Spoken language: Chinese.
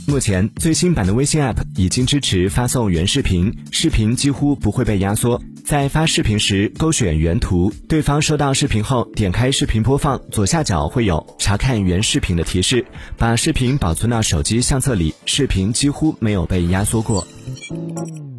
目前最新版的微信 App 已经支持发送原视频，视频几乎不会被压缩。在发视频时勾选原图，对方收到视频后点开视频播放，左下角会有查看原视频的提示，把视频保存到手机相册里，视频几乎没有被压缩过。